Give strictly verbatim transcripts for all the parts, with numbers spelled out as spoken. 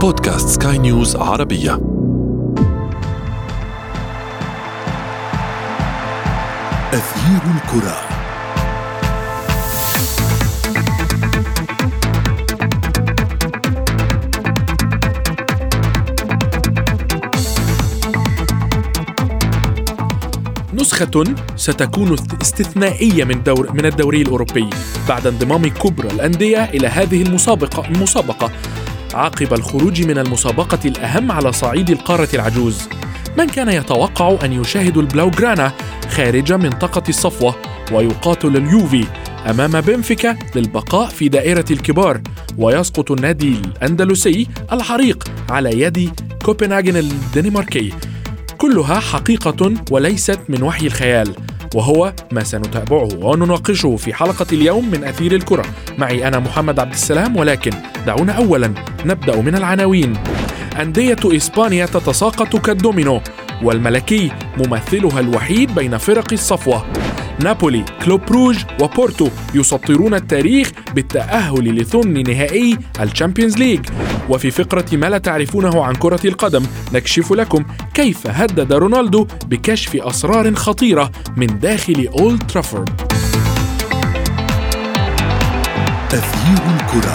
بودكاست سكاي نيوز عربية. أثير الكرة. نسخة ستكون استثنائية من دور من الدوري الأوروبي بعد انضمام كبرى الأندية إلى هذه المسابقة المسابقة عقب الخروج من المسابقة الأهم على صعيد القارة العجوز. من كان يتوقع أن يشاهد البلاوغرانا خارج منطقة الصفوة ويقاتل اليوفي أمام بنفيكا للبقاء في دائرة الكبار، ويسقط النادي الأندلسي العريق على يد كوبنهاغن الدنماركي؟ كلها حقيقة وليست من وحي الخيال، وهو ما سنتابعه ونناقشه في حلقة اليوم من أثير الكرة. معي أنا محمد عبد السلام، ولكن دعونا أولا نبدأ من العناوين. أندية إسبانيا تتساقط كالدومينو، والملكي ممثلها الوحيد بين فرق الصفوة. نابولي، كلوب بروج وبورتو يسطرون التاريخ بالتأهل لثمن نهائي الشامبيونز ليج. وفي فقرة ما لا تعرفونه عن كرة القدم نكشف لكم كيف هدد رونالدو بكشف أسرار خطيرة من داخل أولد ترافورد. أثير الكرة.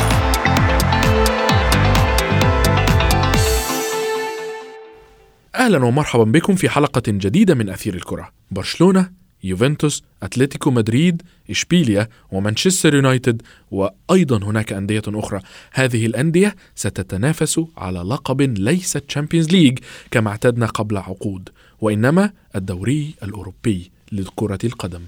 أهلا ومرحبا بكم في حلقة جديدة من أثير الكرة. برشلونة، يوفنتوس، أتلتيكو مدريد، إشبيليا ومانشستر يونايتد، وأيضا هناك أندية أخرى. هذه الأندية ستتنافس على لقب ليس تشامبيونز ليج كما اعتدنا قبل عقود، وإنما الدوري الأوروبي لكرة القدم.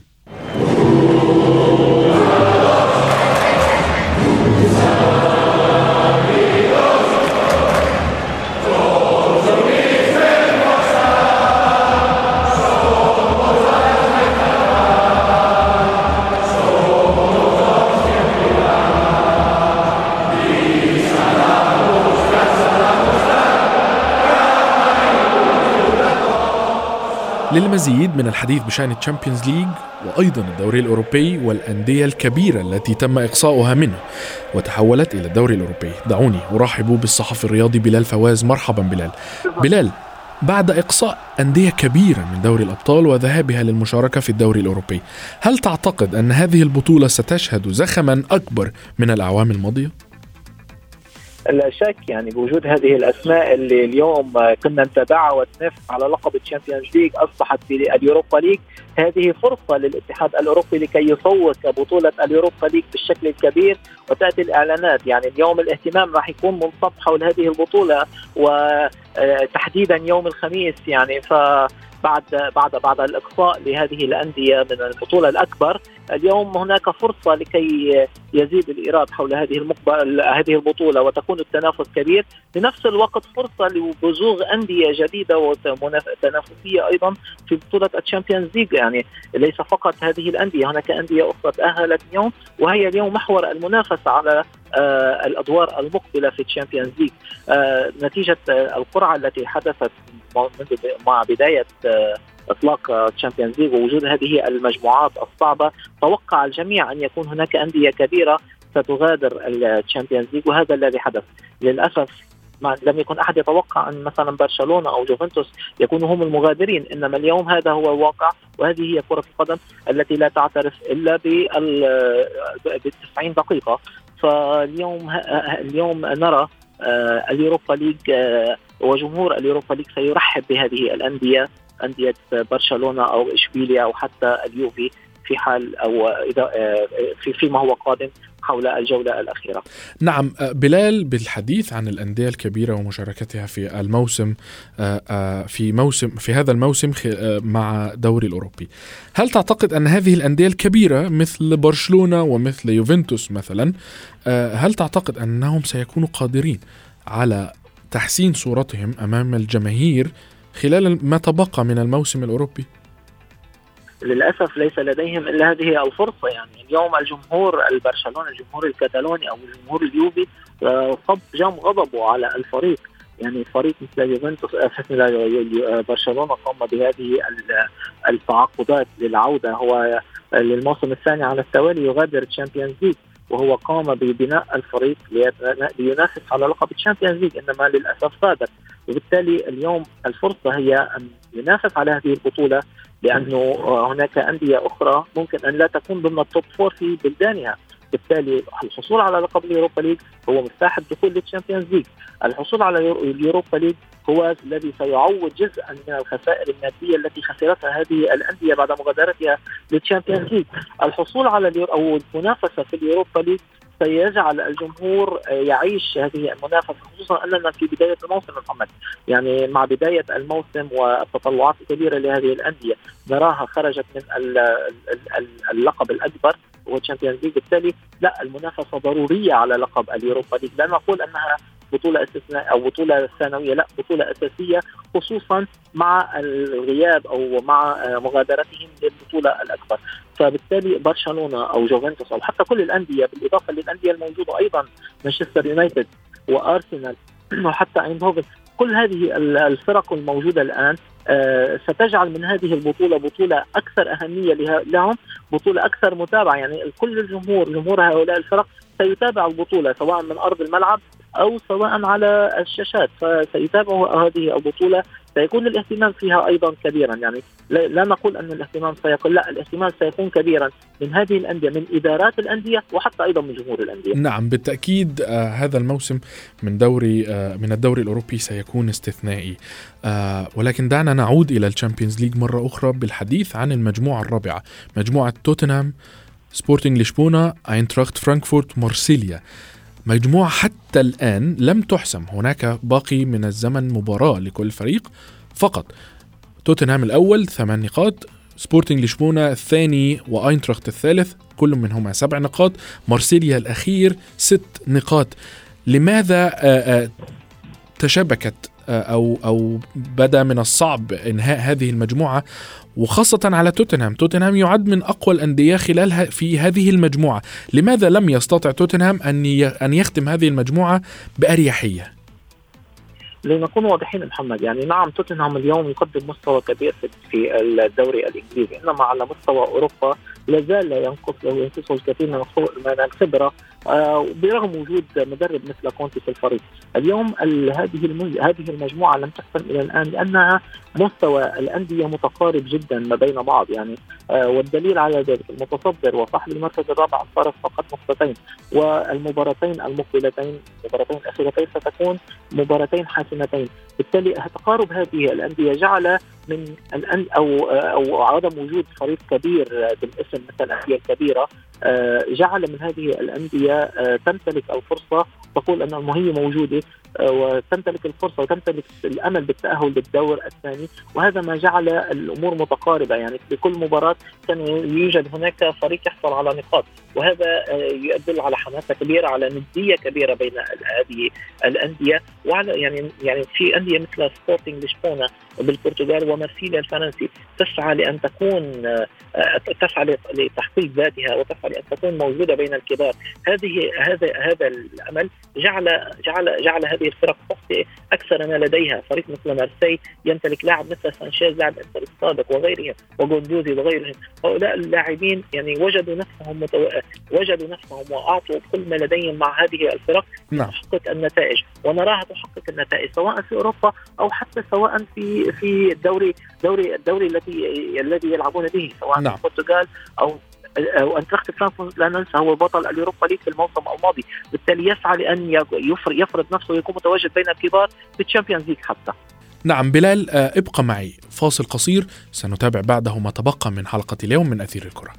للمزيد من الحديث بشأن الشامبيونز ليج وأيضا الدوري الأوروبي والأندية الكبيرة التي تم إقصاؤها منه وتحولت إلى الدوري الأوروبي، دعوني أرحب بالصحفي الرياضي بلال فواز. مرحبا بلال. بلال، بعد إقصاء أندية كبيرة من دوري الأبطال وذهابها للمشاركة في الدوري الأوروبي، هل تعتقد أن هذه البطولة ستشهد زخما أكبر من الأعوام الماضية؟ لا شك يعني بوجود هذه الأسماء اللي اليوم كنا نتابعها وتنافس على لقب الشامبيونز ليج أصبحت في اليوروبا ليج. هذه فرصة للاتحاد الأوروبي لكي يسوق بطولة اليوروبا ليج بالشكل الكبير وتأتي الإعلانات. يعني اليوم الاهتمام راح يكون منصب حول هذه البطولة وتحديدا يوم الخميس، يعني ف بعد بعد بعد الإقصاء لهذه الأندية من البطولة الأكبر، اليوم هناك فرصة لكي يزيد الإيراد حول هذه المقبل هذه البطولة وتكون التنافس كبير. في نفس الوقت فرصة لبزوغ أندية جديدة وتنافسية أيضا في بطولة الشامبيونز ليج. يعني ليس فقط هذه الأندية، هناك أندية أخرى تأهلت اليوم وهي اليوم محور المنافسة على آه الأدوار المقبلة في الشامبيونز ليج. آه نتيجة آه القرعة التي حدثت مع بداية آه إطلاق الشامبيونز ليج ووجود هذه المجموعات الصعبة، توقع الجميع أن يكون هناك أندية كبيرة ستغادر الشامبيونز ليج، وهذا الذي حدث. للأسف لم يكن أحد يتوقع أن مثلا برشلونة أو يوفنتوس يكونوا هم المغادرين، إنما اليوم هذا هو الواقع، وهذه هي كرة القدم التي لا تعترف إلا بالتسعين دقيقة. فاليوم اليوم نرى اليوروبا ليج وجمهور اليوروبا ليج سيرحب بهذه الأندية، أندية برشلونة أو إشبيليا أو حتى اليوفي في حال أو إذا في فيما هو قادم حول الجولة الأخيرة. نعم بلال، بالحديث عن الأندية الكبيرة ومشاركتها في الموسم في موسم في هذا الموسم مع دوري الأوروبي، هل تعتقد أن هذه الأندية الكبيرة مثل برشلونة ومثل يوفنتوس مثلا، هل تعتقد أنهم سيكونوا قادرين على تحسين صورتهم أمام الجماهير خلال ما تبقى من الموسم الأوروبي؟ للأسف ليس لديهم إلا هذه الفرصة. يعني اليوم الجمهور البرشلوني، الجمهور الكتالوني أو الجمهور اليوفي صب جام غضبه على الفريق. يعني فريق مثل يوفنتوس مثل برشلونة قام بهذه التعاقدات للعودة، هو للموسم الثاني على التوالي يغادر الشامبيونز ليج. وهو قام ببناء الفريق لينافس على لقب الشامبيونز ليج، إنما للأسف غادر. وبالتالي اليوم الفرصة هي أن ينافس على هذه البطولة، لأنه هناك أندية أخرى ممكن أن لا تكون ضمن التوب فور في بلدانها. بالتالي الحصول على لقب اليوروبا ليج هو مفتاح الدخول للشامبيونز ليج. الحصول على اليوروبا ليج هو الذي سيعوض جزءا من الخسائر المادية التي خسرتها هذه الأندية بعد مغادرتها للشامبيونز ليج. الحصول على اليورو أو المنافسة في اليوروبا ليج سيجعل الجمهور يعيش هذه المنافسة، خصوصا أننا في بداية الموسم محمد، يعني مع بداية الموسم والتطلعات الكبيرة لهذه الأندية نراها خرجت من اللقب الأكبر والشامبيونز ليج. بالتالي لا، المنافسة ضرورية على لقب اليوروبا ليج. لا نقول أنها بطولة استثناء أو بطولة ثانوية، لا، بطولة أساسية، خصوصا مع الغياب أو مع مغادرتهم للبطولة الأكبر. فبالتالي برشلونة أو جوفنتوس أو حتى كل الأندية، بالإضافة للأندية الموجودة أيضا مانشستر يونايتد وأرسنال وحتى ايندهوفن، كل هذه الفرق الموجودة الآن ستجعل من هذه البطولة بطولة أكثر أهمية لهم، بطولة أكثر متابعة. يعني كل الجمهور جمهور هؤلاء الفرق سيتابع البطولة سواء من أرض الملعب أو سواء على الشاشات، فسيتابعوا هذه البطولة، سيكون الاهتمام فيها أيضا كبيرا. يعني لا نقول أن الاهتمام سيكون، لا، الاهتمام سيكون كبيرا من هذه الأندية، من إدارات الأندية وحتى أيضا من جمهور الأندية. نعم بالتأكيد. آه هذا الموسم من دوري آه من الدوري الأوروبي سيكون استثنائي. آه ولكن دعنا نعود إلى الشامبيونز ليج مرة أخرى بالحديث عن المجموعة الرابعة، مجموعة توتنهام، سبورتينغ لشبونة، اينتراخت فرانكفورت، مارسيليا. مجموعة حتى الآن لم تحسم، هناك باقي من الزمن مباراة لكل فريق فقط. توتنهام الأول ثمان نقاط، سبورتينغ لشبونة الثاني وأينتراخت الثالث كل منهما سبع نقاط، مارسيليا الأخير ست نقاط. لماذا تشابكت أو أو بدا من الصعب إنهاء هذه المجموعة، وخاصة على توتنهام؟ توتنهام يعد من أقوى الأندية خلالها في هذه المجموعة. لماذا لم يستطع توتنهام أن أن يختم هذه المجموعة بأريحية؟ لنكون واضحين محمد، يعني نعم توتنهام اليوم يقدم مستوى كبير في الدوري الإنجليزي، إنما على مستوى أوروبا لازال ينقص له ينقصه الكثير من الخبرة، آه برغم وجود مدرب مثل كونتي في الفريق. اليوم هذه هذه المجموعة لم تحسم إلى الآن لأنها مستوى الأندية متقارب جدا ما بين بعض، يعني آه والدليل على ذلك المتصدر وصاحب المركز الرابع الفارق فقط نقطتين، والمباراتين المقبلتين المباراتين الأخيرتين ستكون مباراتين حاسمتين. بالتالي تقارب هذه الأندية جعل من الأن أو أو عدم وجود فريق كبير بالاسم مثل الأندية الكبيرة جعل من هذه الأندية تمتلك الفرصة، تقول أن المهية موجودة وتمتلك الفرصة وتمتلك الأمل بالتأهل للدور الثاني، وهذا ما جعل الأمور متقاربة. يعني في كل مباراة كان يوجد هناك فريق يحصل على نقاط، وهذا يدل على حماسة كبيرة، على ندية كبيرة بين هذه الأندية، وعلى يعني يعني في أندية مثل سبورتينغ لشبونة بالبرتغال ومارسيليا الفرنسي تسعى لأن تكون تسعى لتحقيق ذاتها وتسعى لأن تكون موجودة بين الكبار. هذه هذا هذا الأمل جعل جعل جعل هذه الفرق تخطئ أكثر ما لديها. فريق مثل مارسي يمتلك لاعب مثل سانشيز، لاعب انتر السابق، وغيرهم، وجوندوزي وغيرهم. هؤلاء اللاعبين يعني وجدوا نفسهم متو... وجدوا نفسهم وأعطوا كل ما لديهم مع هذه الفرق تحقق النتائج، ونراها تحقق النتائج سواء في أوروبا أو حتى سواء في في الدوري دوري الدوري الذي الذي يلعبون به، سواء نعم. في البرتغال أو وأنتراخت فرانكفورت لا ننسى هو بطل اليوروبا ليج في الموسم الماضي. بالتالي يسعى لأن يفرض نفسه ويكون متواجد بين الكبار في الشامبيونز ليج حتى. نعم بلال، ابقى معي فاصل قصير سنتابع بعده ما تبقى من حلقة اليوم من أثير الكرة.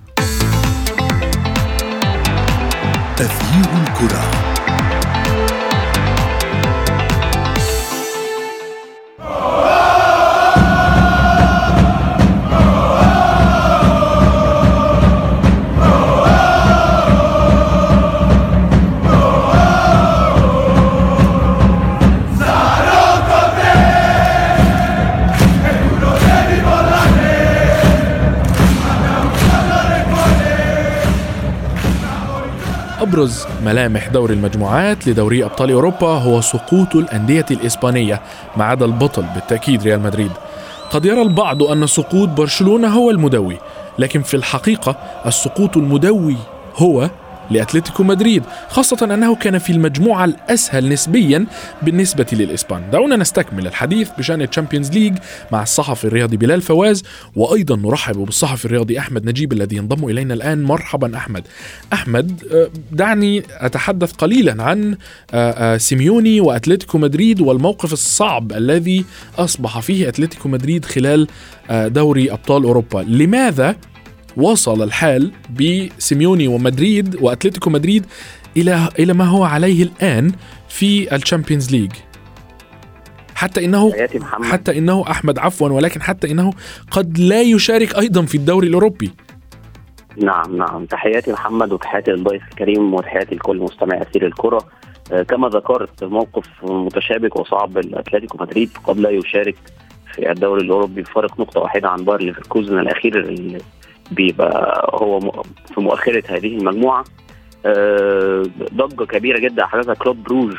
أثير الكرة. أبرز ملامح دور المجموعات لدوري أبطال أوروبا هو سقوط الأندية الإسبانية ما عدا البطل بالتأكيد ريال مدريد. قد يرى البعض أن سقوط برشلونة هو المدوي، لكن في الحقيقة السقوط المدوي هو لأتلتيكو مدريد، خاصة أنه كان في المجموعة الأسهل نسبيا بالنسبة للإسبان. دعونا نستكمل الحديث بشأن الشامبيونز ليج مع الصحفي الرياضي بلال فواز، وأيضا نرحب بالصحفي الرياضي أحمد نجيب الذي ينضم إلينا الآن. مرحبا أحمد. أحمد، دعني أتحدث قليلا عن سيميوني وأتلتيكو مدريد والموقف الصعب الذي أصبح فيه أتلتيكو مدريد خلال دوري أبطال أوروبا. لماذا وصل الحال بسيميوني ومدريد وأتلتيكو مدريد إلى إلى ما هو عليه الآن في الشامبيونز ليج؟ حتى إنه حتى إنه أحمد عفوا ولكن حتى إنه قد لا يشارك أيضا في الدوري الأوروبي. نعم نعم تحياتي محمد وتحياتي للضيف الكريم وتحياتي لكل مستمع أثير الكرة. كما ذكرت موقف متشابك وصعب لأتلتيكو مدريد، قد لا يشارك في الدوري الأوروبي بفارق نقطة واحدة عن باير ليفركوزن الأخير اللي بيبقى هو في مؤخرة هذه المجموعة. ضجة كبيرة جدا حدثها كلوب بروج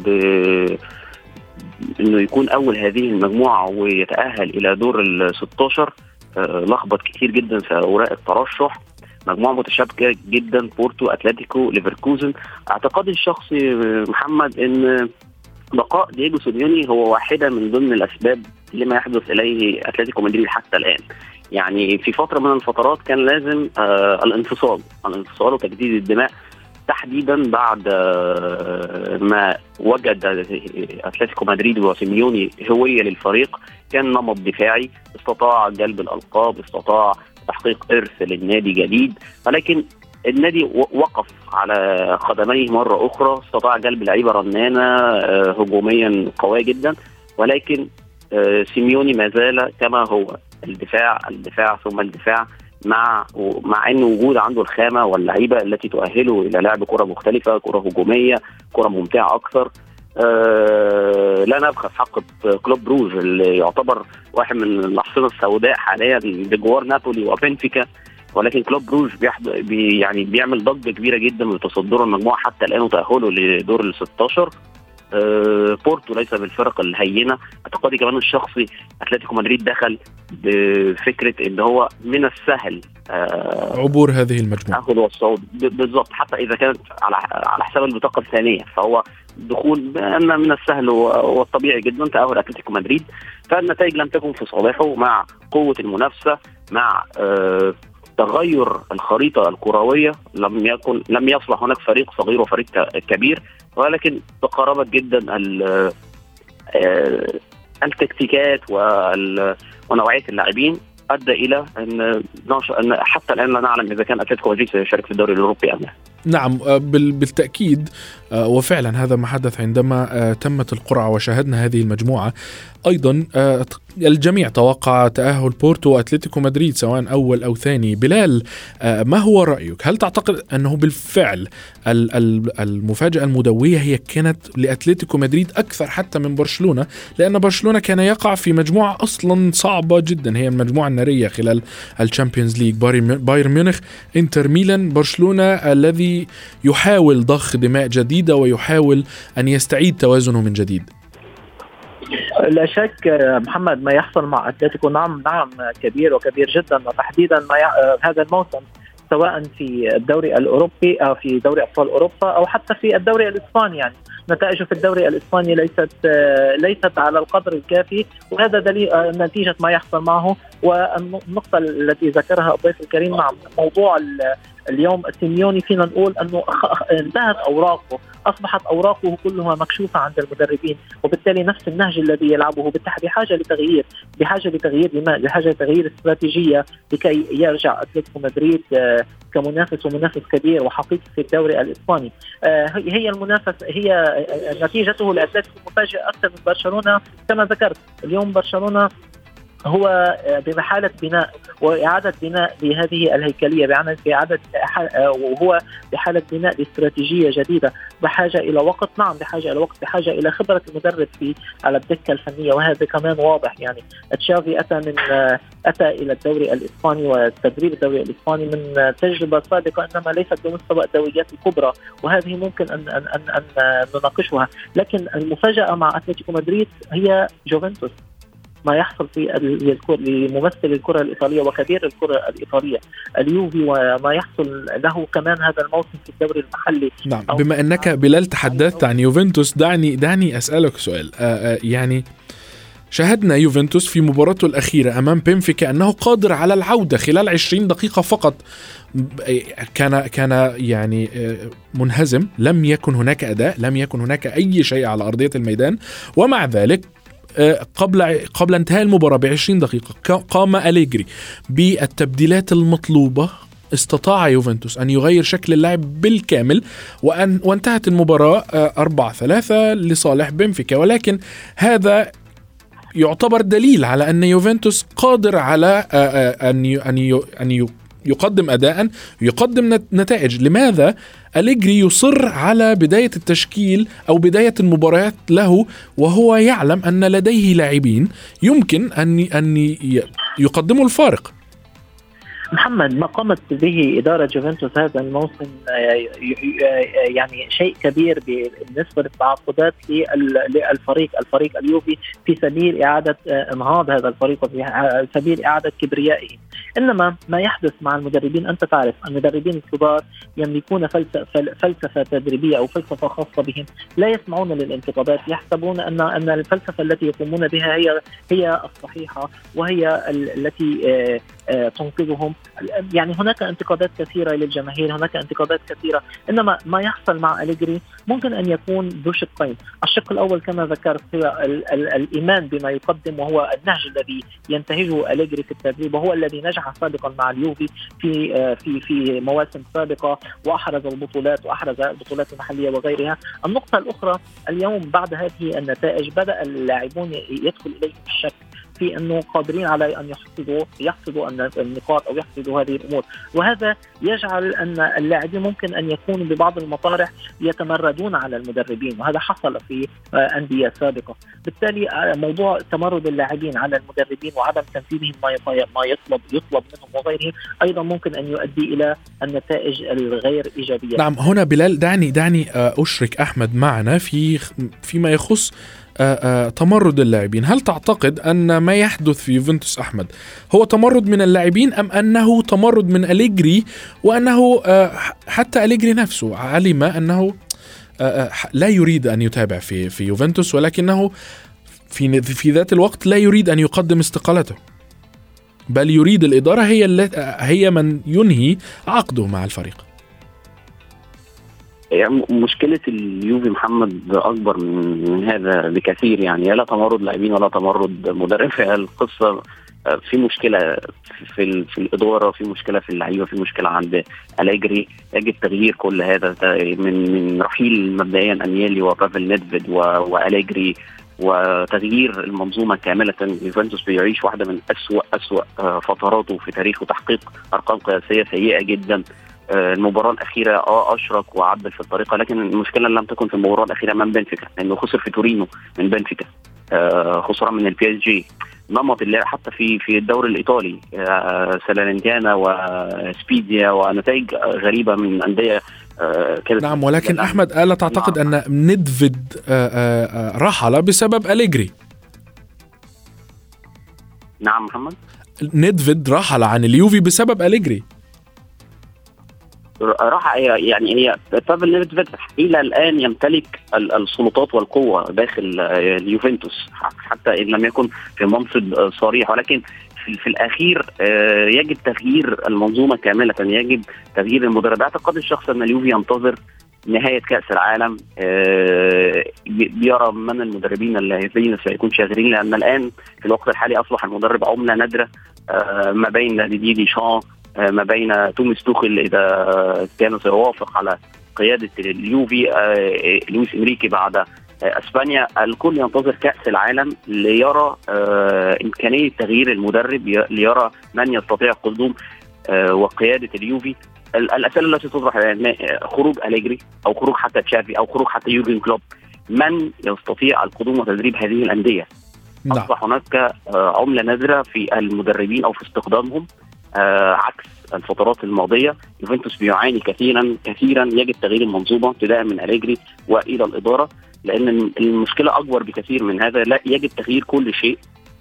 إنه يكون أول هذه المجموعة ويتأهل إلى دور الستاشر. لخبط كتير جدا في أوراق الترشح، مجموعة متشابكة جدا، بورتو، أتلتيكو، ليفركوزن. اعتقادي الشخصي محمد إن بقاء دييغو سيميوني هو واحدة من ضمن الأسباب لما يحدث إليه أتلتيكو مدريد حتى الآن. يعني في فترة من الفترات كان لازم آه الانفصال الانفصال وتجديد الدماء، تحديدا بعد آه ما وجد أتلتيكو مدريد وسيميوني هوية للفريق. كان نمط دفاعي، استطاع جلب الألقاب، استطاع تحقيق إرث للنادي جديد، ولكن النادي وقف على قدميه مرة أخرى، استطاع جلب لعيبة رنانة آه هجوميا قوية جدا، ولكن آه سيميوني ما زال كما هو، الدفاع الدفاع ثم الدفاع، مع مع ان وجود عنده الخامه واللعيبه التي تؤهله الى لعب كره مختلفه، كره هجوميه، كره ممتعه اكثر. أه لا نبخس حق كلوب بروج اللي يعتبر واحد من الاحصنه السوداء حاليا بجوار نابولي وبنفيكا، ولكن كلوب بروج بي يعني بيعمل ضجه كبيره جدا بتصدر المجموعه حتى الان وتاهله لدور ال ستاشر. أه بورتو ليس بالفرق الهينه. اعتقادي كمان الشخصي اتلتيكو مدريد دخل بفكره ان هو من السهل أه عبور هذه المجموعه، تاهل والصعود بالضبط، حتى اذا كانت على على حساب البطاقه الثانيه، فهو دخول بان من السهل والطبيعي جدا تاهل اتلتيكو مدريد. فالنتائج لم تكن في صالحه مع قوه المنافسه، مع أه تغير الخريطة الكروية. لم يكن لم يصلح هناك فريق صغير وفريق كبير، ولكن تقاربت جدا التكتيكات ونوعية اللاعبين، أدى إلى أن حتى الآن لا نعلم إذا كان أتلتيكو مدريد سيشارك في الدوري الأوروبي أم لا. نعم بالتأكيد، وفعلا هذا ما حدث عندما تمت القرعة وشاهدنا هذه المجموعة. أيضا الجميع توقع تأهل بورتو وأتلتيكو مدريد سواء أول أو ثاني. بلال، ما هو رأيك؟ هل تعتقد أنه بالفعل المفاجأة المدوية هي كانت لأتلتيكو مدريد أكثر حتى من برشلونة، لأن برشلونة كان يقع في مجموعة أصلا صعبة جدا، هي المجموعة النارية خلال الشامبيونز ليج، بايرن ميونخ، انتر ميلان، برشلونة الذي يحاول ضخ دماء جديدة ويحاول أن يستعيد توازنه من جديد؟ لا شك محمد ما يحصل مع أتلتيكو نعم نعم كبير وكبير جدا، وتحديدا ما هذا الموسم سواء في الدوري الأوروبي أو في دوري أبطال أوروبا أو حتى في الدوري الإسباني. يعني نتائجه في الدوري الإسباني ليست ليست على القدر الكافي، وهذا دليل نتيجة ما يحصل معه. والنقطة التي ذكرها الضيف الكريم مع موضوع اليوم سيميوني، فينا نقول أنه انتهت أوراقه، أصبحت أوراقه كلها مكشوفة عند المدربين، وبالتالي نفس النهج الذي يلعبه بحاجة لتغيير بحاجة لتغيير بحاجة لتغيير استراتيجية لكي يرجع أتلتيكو مدريد كمنافس ومنافس كبير وحقيقي في الدوري الإسباني. هي المنافسة هي نتيجته لأتلتيكو مفاجئة أكثر من برشلونة. كما ذكرت اليوم برشلونة هو بحالة بناء وإعادة بناء لهذه الهيكلية، بإعادة وهو بحالة بناء لاستراتيجية جديدة، بحاجة إلى وقت، نعم بحاجة إلى وقت، بحاجة إلى خبرة المدرب في على الدكة الفنية، وهذا كمان واضح. يعني تشافي أتى من أتى إلى الدوري الإسباني وتدريب الدوري الإسباني من تجربة سابقة، إنما ليست بمستوى الدوريات الكبرى، وهذه ممكن أن أن أن, أن نناقشها. لكن المفاجأة مع أتلتيكو مدريد هي جوفنتوس. ما يحصل في لممثل الكرة الإيطالية وكبير الكرة الإيطالية اليوفي وما يحصل له كمان هذا الموسم في الدوري المحلي. نعم، بما أنك بلال تحدثت عن يوفنتوس دعني دعني أسألك سؤال. آآ آآ يعني شاهدنا يوفنتوس في مباراته الأخيرة أمام بنفيكا أنه قادر على العودة خلال عشرين دقيقة فقط. كان كان يعني منهزم، لم يكن هناك أداء، لم يكن هناك أي شيء على أرضية الميدان، ومع ذلك قبل قبل انتهاء المباراة بعشرين دقيقة قام أليجري بالتبديلات المطلوبة. استطاع يوفنتوس أن يغير شكل اللعب بالكامل وأن وانتهت المباراة أربعة ثلاثة لصالح بنفيكا. ولكن هذا يعتبر دليل على أن يوفنتوس قادر على أن أن أن يقدم أداء، يقدم نتائج. لماذا أليجري يصر على بداية التشكيل أو بداية المباريات له وهو يعلم أن لديه لاعبين يمكن أن أن يقدموا الفارق؟ محمد، ما قامت به إدارة يوفنتوس هذا الموسم يعني شيء كبير بالنسبة للتعاقدات للفريق الفريق اليوفي في سبيل إعادة انهاض هذا الفريق وفي سبيل إعادة كبريائه. إنما ما يحدث مع المدربين، أنت تعرف المدربين الكبار يملكون فلسفة, فلسفة تدريبية أو فلسفة خاصة بهم، لا يسمعون للانتقادات، يحسبون أن أن الفلسفة التي يقومون بها هي هي الصحيحة وهي التي تنقذهم. يعني هناك انتقادات كثيرة للجماهير، هناك انتقادات كثيرة، إنما ما يحصل مع أليجري ممكن أن يكون ذو شقين. الشق الأول كما ذكرت هو الإيمان بما يقدم، وهو النهج الذي ينتهجه أليجري في التدريب، وهو الذي نجح سابقا مع اليوفي في في في مواسم سابقة وأحرز البطولات وأحرز البطولات المحلية وغيرها. النقطة الأخرى، اليوم بعد هذه النتائج بدأ اللاعبون يدخل إليهم الشك في أنه قادرين على أن يحصدوا يحصدوا النقاط أو يحصدوا هذه الأمور، وهذا يجعل أن اللاعبين ممكن أن يكونوا ببعض المطارح يتمردون على المدربين، وهذا حصل في أندية سابقة. بالتالي موضوع تمرد اللاعبين على المدربين وعدم تنفيذهم ما يطلب يطلب منهم وغيرهم أيضا ممكن أن يؤدي إلى النتائج الغير إيجابية. نعم، هنا بلال دعني دعني أشرك أحمد معنا في فيما يخص آآ آآ تمرد اللاعبين. هل تعتقد أن ما يحدث في يوفنتوس أحمد هو تمرد من اللاعبين أم أنه تمرد من أليجري، وأنه حتى أليجري نفسه علم أنه لا يريد أن يتابع في في يوفنتوس، ولكنه في في ذات الوقت لا يريد أن يقدم استقالته، بل يريد الإدارة هي هي من ينهي عقده مع الفريق؟ يعني مشكلة اليوفي محمد أكبر من هذا بكثير، يعني لا تمرد لاعبين ولا تمرد مدرب. القصة في مشكلة في في الإدارة، في مشكلة في اللعيبة، في مشكلة عند أليجري. يجب تغيير كل هذا من من رحيل مبدئيا أنيلي وبافل نيدفيد وأليجري، وتغيير المنظومة كاملة. يوفنتوس بيعيش واحدة من أسوأ أسوأ فتراته في تاريخه، تحقيق أرقام قياسية سيئة جدا. المباراة الأخيرة اه أشرك وعدل في الطريقة، لكن المشكلة لم تكن في المباراة الأخيرة من بنفيكا، لأنه خسر في تورينو من بنفيكا، آه خسران من البي اس جي. نمط اللعب حتى في في الدوري الإيطالي، آه سالرنتيانا وسبيديا، ونتائج غريبة من أندية آه كانت. نعم، ولكن أحمد ألا تعتقد نعم. أن نيدفيد آه آه رحل بسبب أليجري؟ نعم محمد، نيدفيد رحل عن اليوفي بسبب أليجري. راح يعني هي بافل نيدفيد الى الان يمتلك السلطات والقوه داخل اليوفنتوس، حتى ان لم يكن في منصب صريح، ولكن في, في الاخير يجب تغيير المنظومه كامله، يجب تغيير المدرب. اعتقد الشخص ان اليوفي ينتظر نهايه كاس العالم، بيرى من المدربين الذين سيكون شاغرين، لان الان في الوقت الحالي اصبح المدرب عمله نادره ما بين ديدي ديشان، ما بين توماس توخيل إذا كان سيوافق على قيادة اليوفي، لويس إنريكي بعد أسبانيا. الكل ينتظر كأس العالم ليرى إمكانية تغيير المدرب، ليرى من يستطيع قدوم وقيادة اليوفي. الأسئلة التي تطرح الآن خروج أليجري أو خروج حتى تشافي أو خروج حتى يورجن كلوب، من يستطيع القدوم وتدريب هذه الأندية؟ أصبح هناك عملة نادرة في المدربين أو في استخدامهم، آه عكس الفترات الماضية. يوفنتوس بيعاني كثيرا كثيرا. يجب تغيير المنظومة ابتداء من أليجري وإلى الإدارة، لأن المشكلة أكبر بكثير من هذا. لا، يجب تغيير كل شيء،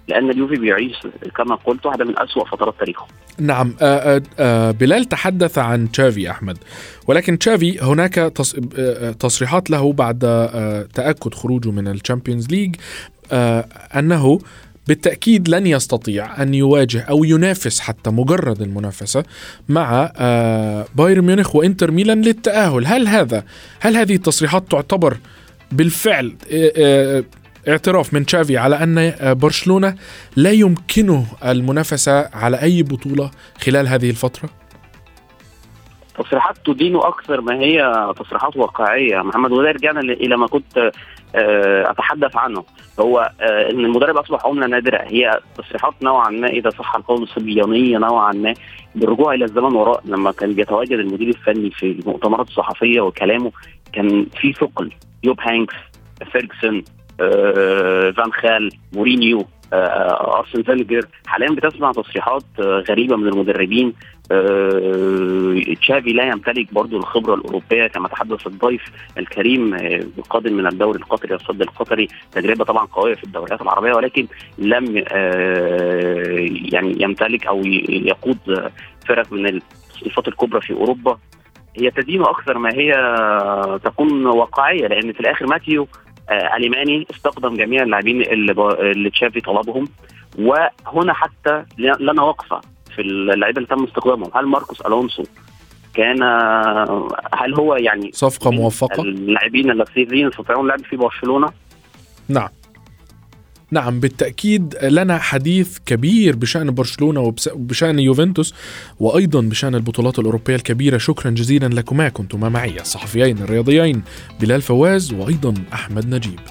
لأن اليوفي بيعيش كما قلت واحدة من أسوأ فترات تاريخه. نعم. آآ آآ بلال تحدث عن تشافي أحمد، ولكن تشافي هناك تصريحات له بعد تأكد خروجه من الشامبيونز ليج أنه بالتأكيد لن يستطيع أن يواجه أو ينافس حتى مجرد المنافسة مع بايرن ميونخ وإنتر ميلان للتأهل. هل هذا هل هذه التصريحات تعتبر بالفعل اعتراف من تشافي على أن برشلونة لا يمكنه المنافسة على أي بطولة خلال هذه الفترة؟ تصريحات تدين أكثر ما هي تصريحات واقعية محمد، وده رجعنا إلى ما كنت أتحدث عنه، هو أن المدرب أصبح عملة نادرة. هي تصريحات نوعا ما إذا صح القول صبيانية نوعا ما، بالرجوع إلى الزمن وراء لما كان بيتواجد المدير الفني في المؤتمرات الصحفية وكلامه كان في ثقل. يوب هانكس، فيرجسون، آه، فان خال، مورينيو، آه، أرسن فينجر. حاليا بتسمع تصريحات آه، غريبة من المدربين. آه، تشافي لا يمتلك برضو الخبرة الأوروبية كما تحدث الضيف الكريم، آه، القادم من الدوري القطري الصد القطري، تجربة طبعا قوية في الدوريات العربية، ولكن لم آه، يعني يمتلك أو يقود فرق من التصنيفات الكبرى في أوروبا. هي تدين أكثر ما هي تكون واقعية، لأن في الآخر ماتيو آه أليماني استخدم جميع اللاعبين اللي, اللي تشافي طلبهم، وهنا حتى لنا وقفة في اللعيبة اللي تم استخدامهم. هل ماركوس ألونسو كان هل هو يعني صفقة موفقة؟ اللاعبين الذين يستطيعون اللعب في برشلونة؟ نعم نعم بالتأكيد لنا حديث كبير بشأن برشلونة وبشأن يوفنتوس وأيضا بشأن البطولات الأوروبية الكبيرة. شكرا جزيلا لكما، كنتما معي الصحفيين الرياضيين بلال فواز وأيضا أحمد نجيب.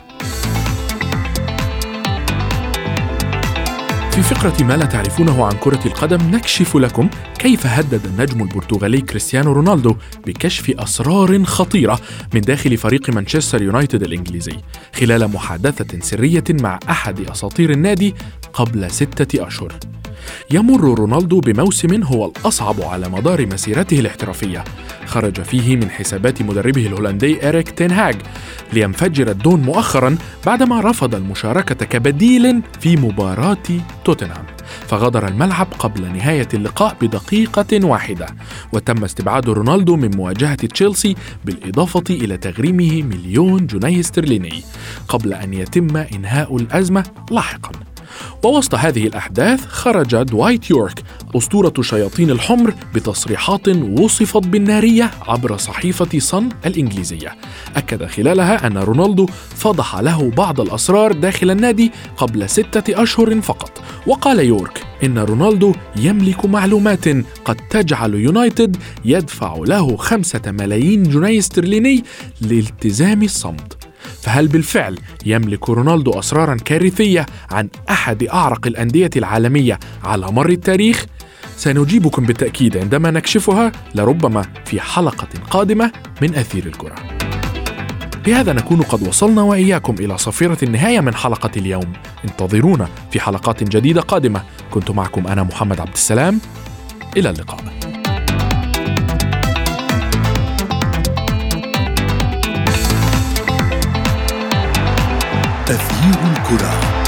في فقرة ما لا تعرفونه عن كرة القدم نكشف لكم كيف هدد النجم البرتغالي كريستيانو رونالدو بكشف أسرار خطيرة من داخل فريق مانشستر يونايتد الإنجليزي خلال محادثة سرية مع أحد أساطير النادي قبل ستة أشهر. يمر رونالدو بموسم هو الأصعب على مدار مسيرته الاحترافية، خرج فيه من حسابات مدربه الهولندي إريك تين هاغ لينفجر الدون مؤخرا بعدما رفض المشاركة كبديل في مباراة توتنهام، فغادر الملعب قبل نهاية اللقاء بدقيقة واحدة، وتم استبعاد رونالدو من مواجهة تشيلسي بالإضافة إلى تغريمه مليون جنيه استرليني قبل أن يتم إنهاء الأزمة لاحقا. ووسط هذه الأحداث خرج دوايت يورك أسطورة شياطين الحمر بتصريحات وصفت بالنارية عبر صحيفة صن الإنجليزية، أكد خلالها أن رونالدو فضح له بعض الأسرار داخل النادي قبل ستة أشهر فقط. وقال يورك إن رونالدو يملك معلومات قد تجعل يونايتد يدفع له خمسة ملايين جنيه استرليني لالتزام الصمت. فهل بالفعل يملك رونالدو أسراراً كارثية عن أحد أعرق الأندية العالمية على مر التاريخ؟ سنجيبكم بالتأكيد عندما نكشفها، لربما في حلقة قادمة من أثير الكرة. بهذا نكون قد وصلنا وإياكم إلى صفيرة النهاية من حلقة اليوم. انتظرونا في حلقات جديدة قادمة. كنت معكم أنا محمد عبد السلام، إلى اللقاء. تغيير الكرة.